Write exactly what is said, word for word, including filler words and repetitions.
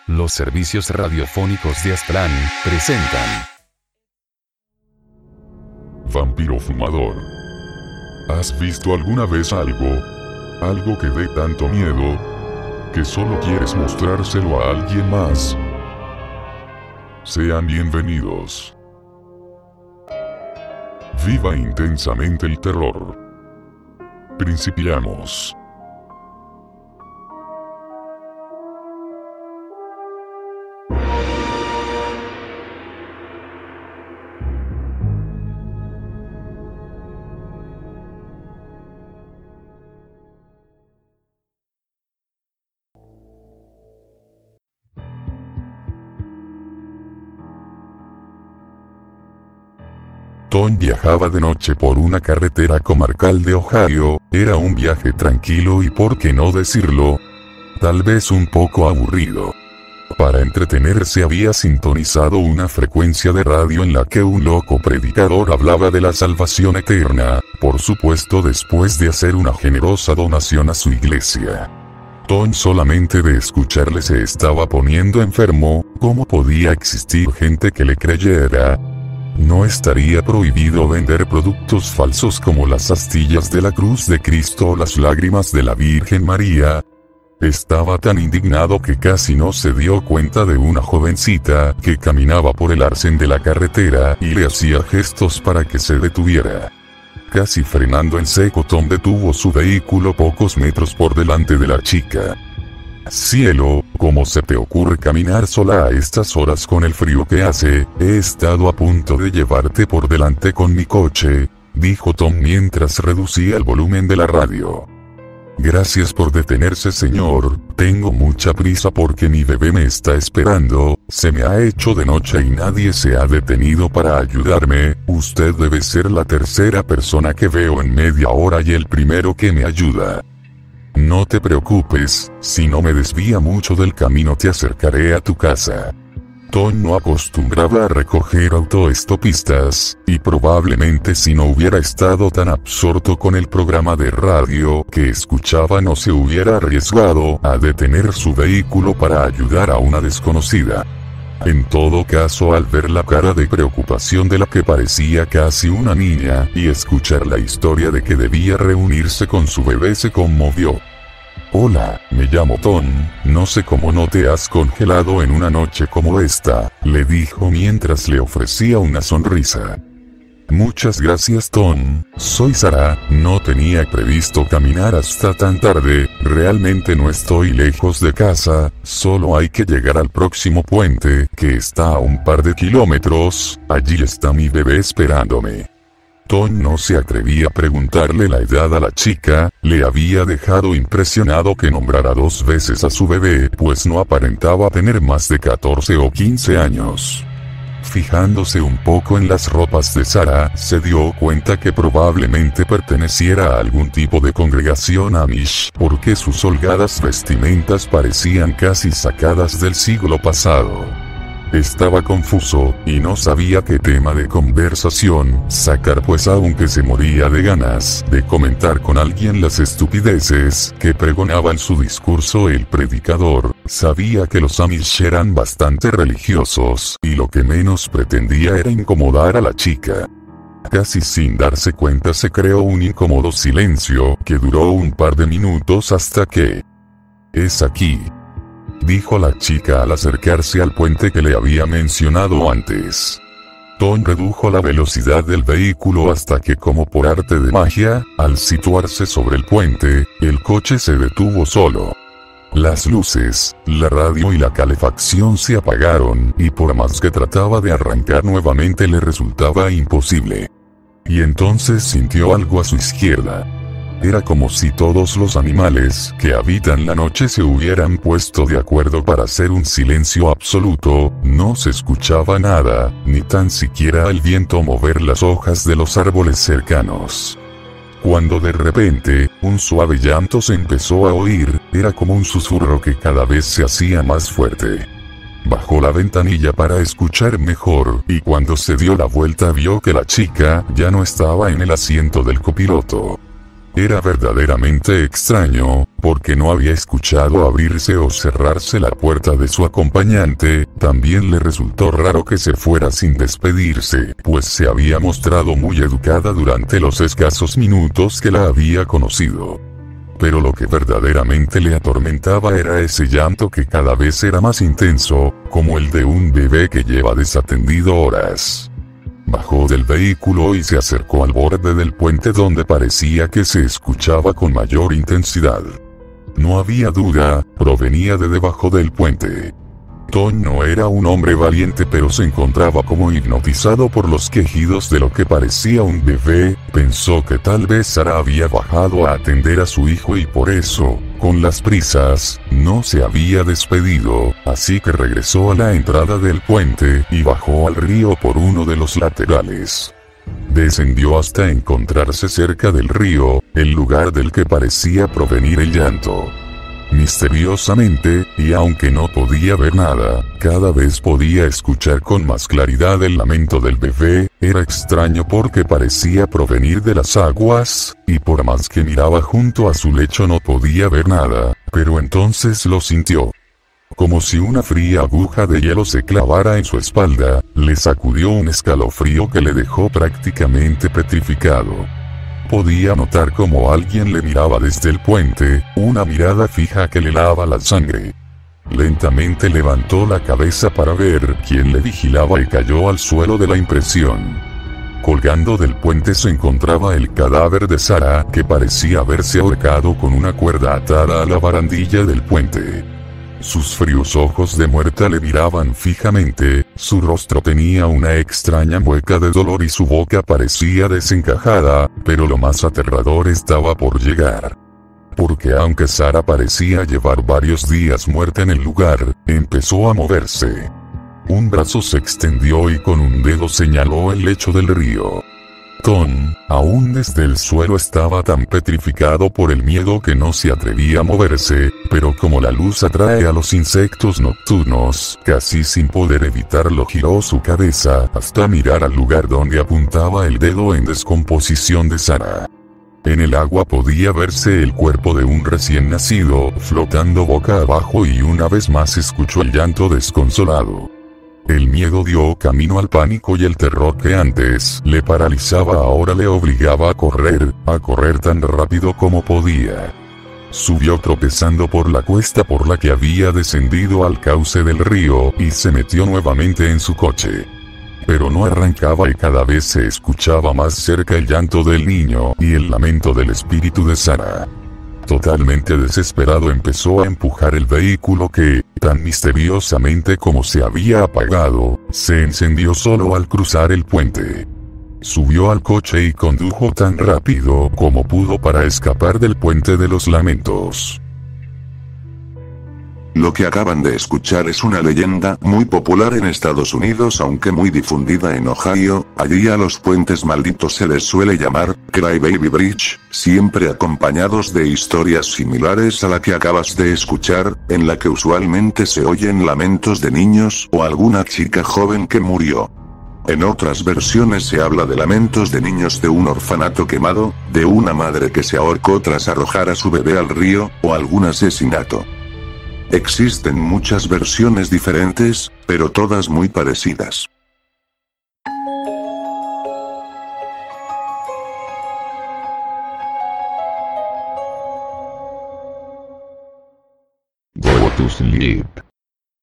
Los servicios radiofónicos de Aztlán presentan Vampiro fumador. ¿Has visto alguna vez algo? Algo que dé tanto miedo que solo quieres mostrárselo a alguien más. Sean bienvenidos. Viva intensamente el terror. Principiamos. Tom viajaba de noche por una carretera comarcal de Ohio. Era un viaje tranquilo y, por qué no decirlo, tal vez un poco aburrido. Para entretenerse había sintonizado una frecuencia de radio en la que un loco predicador hablaba de la salvación eterna, por supuesto después de hacer una generosa donación a su iglesia. Tom solamente de escucharle se estaba poniendo enfermo. ¿Cómo podía existir gente que le creyera? ¿No estaría prohibido vender productos falsos como las astillas de la cruz de Cristo o las lágrimas de la Virgen María? Estaba tan indignado que casi no se dio cuenta de una jovencita que caminaba por el arcén de la carretera y le hacía gestos para que se detuviera. Casi frenando en seco, Tom detuvo su vehículo pocos metros por delante de la chica. «Cielo, ¿cómo se te ocurre caminar sola a estas horas con el frío que hace? He estado a punto de llevarte por delante con mi coche», dijo Tom mientras reducía el volumen de la radio. «Gracias por detenerse, señor. Tengo mucha prisa porque mi bebé me está esperando. Se me ha hecho de noche y nadie se ha detenido para ayudarme. Usted debe ser la tercera persona que veo en media hora y el primero que me ayuda. No te preocupes, si no me desvía mucho del camino te acercaré a tu casa». Tom no acostumbraba a recoger autoestopistas, y probablemente si no hubiera estado tan absorto con el programa de radio que escuchaba no se hubiera arriesgado a detener su vehículo para ayudar a una desconocida. En todo caso, al ver la cara de preocupación de la que parecía casi una niña, y escuchar la historia de que debía reunirse con su bebé, se conmovió. «Hola, me llamo Tom, no sé cómo no te has congelado en una noche como esta», le dijo mientras le ofrecía una sonrisa. «Muchas gracias, Tom. Soy Sara. No tenía previsto caminar hasta tan tarde. Realmente no estoy lejos de casa, solo hay que llegar al próximo puente, que está a un par de kilómetros. Allí está mi bebé esperándome». Tom no se atrevía a preguntarle la edad a la chica. Le había dejado impresionado que nombrara dos veces a su bebé, pues no aparentaba tener más de catorce o quince años. Fijándose un poco en las ropas de Sara, se dio cuenta que probablemente perteneciera a algún tipo de congregación Amish, porque sus holgadas vestimentas parecían casi sacadas del siglo pasado. Estaba confuso, y no sabía qué tema de conversación sacar, pues aunque se moría de ganas de comentar con alguien las estupideces que pregonaba en su discurso el predicador, sabía que los Amish eran bastante religiosos, y lo que menos pretendía era incomodar a la chica. Casi sin darse cuenta se creó un incómodo silencio que duró un par de minutos hasta que... «Es aquí», dijo la chica al acercarse al puente que le había mencionado antes. Tom redujo la velocidad del vehículo hasta que, como por arte de magia, al situarse sobre el puente, el coche se detuvo solo. Las luces, la radio y la calefacción se apagaron, y por más que trataba de arrancar nuevamente le resultaba imposible. Y entonces sintió algo a su izquierda. Era como si todos los animales que habitan la noche se hubieran puesto de acuerdo para hacer un silencio absoluto. No se escuchaba nada, ni tan siquiera el viento mover las hojas de los árboles cercanos. Cuando de repente, un suave llanto se empezó a oír, era como un susurro que cada vez se hacía más fuerte. Bajó la ventanilla para escuchar mejor, y cuando se dio la vuelta vio que la chica ya no estaba en el asiento del copiloto. Era verdaderamente extraño, porque no había escuchado abrirse o cerrarse la puerta de su acompañante. También le resultó raro que se fuera sin despedirse, pues se había mostrado muy educada durante los escasos minutos que la había conocido. Pero lo que verdaderamente le atormentaba era ese llanto que cada vez era más intenso, como el de un bebé que lleva desatendido horas. Bajó del vehículo y se acercó al borde del puente donde parecía que se escuchaba con mayor intensidad. No había duda, provenía de debajo del puente. Tom no era un hombre valiente, pero se encontraba como hipnotizado por los quejidos de lo que parecía un bebé. Pensó que tal vez Sara había bajado a atender a su hijo y por eso, con las prisas, no se había despedido, así que regresó a la entrada del puente y bajó al río por uno de los laterales. Descendió hasta encontrarse cerca del río, el lugar del que parecía provenir el llanto. Misteriosamente, y aunque no podía ver nada, cada vez podía escuchar con más claridad el lamento del bebé. Era extraño porque parecía provenir de las aguas, y por más que miraba junto a su lecho no podía ver nada, pero entonces lo sintió. Como si una fría aguja de hielo se clavara en su espalda, le sacudió un escalofrío que le dejó prácticamente petrificado. Podía notar como alguien le miraba desde el puente, una mirada fija que le helaba la sangre. Lentamente levantó la cabeza para ver quién le vigilaba y cayó al suelo de la impresión. Colgando del puente se encontraba el cadáver de Sara, que parecía haberse ahorcado con una cuerda atada a la barandilla del puente. Sus fríos ojos de muerta le miraban fijamente, su rostro tenía una extraña mueca de dolor y su boca parecía desencajada, pero lo más aterrador estaba por llegar. Porque aunque Sara parecía llevar varios días muerta en el lugar, empezó a moverse. Un brazo se extendió y con un dedo señaló el lecho del río. Tom, aún desde el suelo, estaba tan petrificado por el miedo que no se atrevía a moverse, pero como la luz atrae a los insectos nocturnos, casi sin poder evitarlo giró su cabeza hasta mirar al lugar donde apuntaba el dedo en descomposición de Sara. En el agua podía verse el cuerpo de un recién nacido, flotando boca abajo, y una vez más escuchó el llanto desconsolado. El miedo dio camino al pánico y el terror que antes le paralizaba ahora le obligaba a correr, a correr tan rápido como podía. Subió tropezando por la cuesta por la que había descendido al cauce del río y se metió nuevamente en su coche. Pero no arrancaba y cada vez se escuchaba más cerca el llanto del niño y el lamento del espíritu de Sara. Totalmente desesperado empezó a empujar el vehículo que, tan misteriosamente como se había apagado, se encendió solo al cruzar el puente. Subió al coche y condujo tan rápido como pudo para escapar del puente de los lamentos. Lo que acaban de escuchar es una leyenda muy popular en Estados Unidos, aunque muy difundida en Ohio. Allí a los puentes malditos se les suele llamar Cry Baby Bridge, siempre acompañados de historias similares a la que acabas de escuchar, en la que usualmente se oyen lamentos de niños o alguna chica joven que murió. En otras versiones se habla de lamentos de niños de un orfanato quemado, de una madre que se ahorcó tras arrojar a su bebé al río, o algún asesinato. Existen muchas versiones diferentes, pero todas muy parecidas. Go to sleep.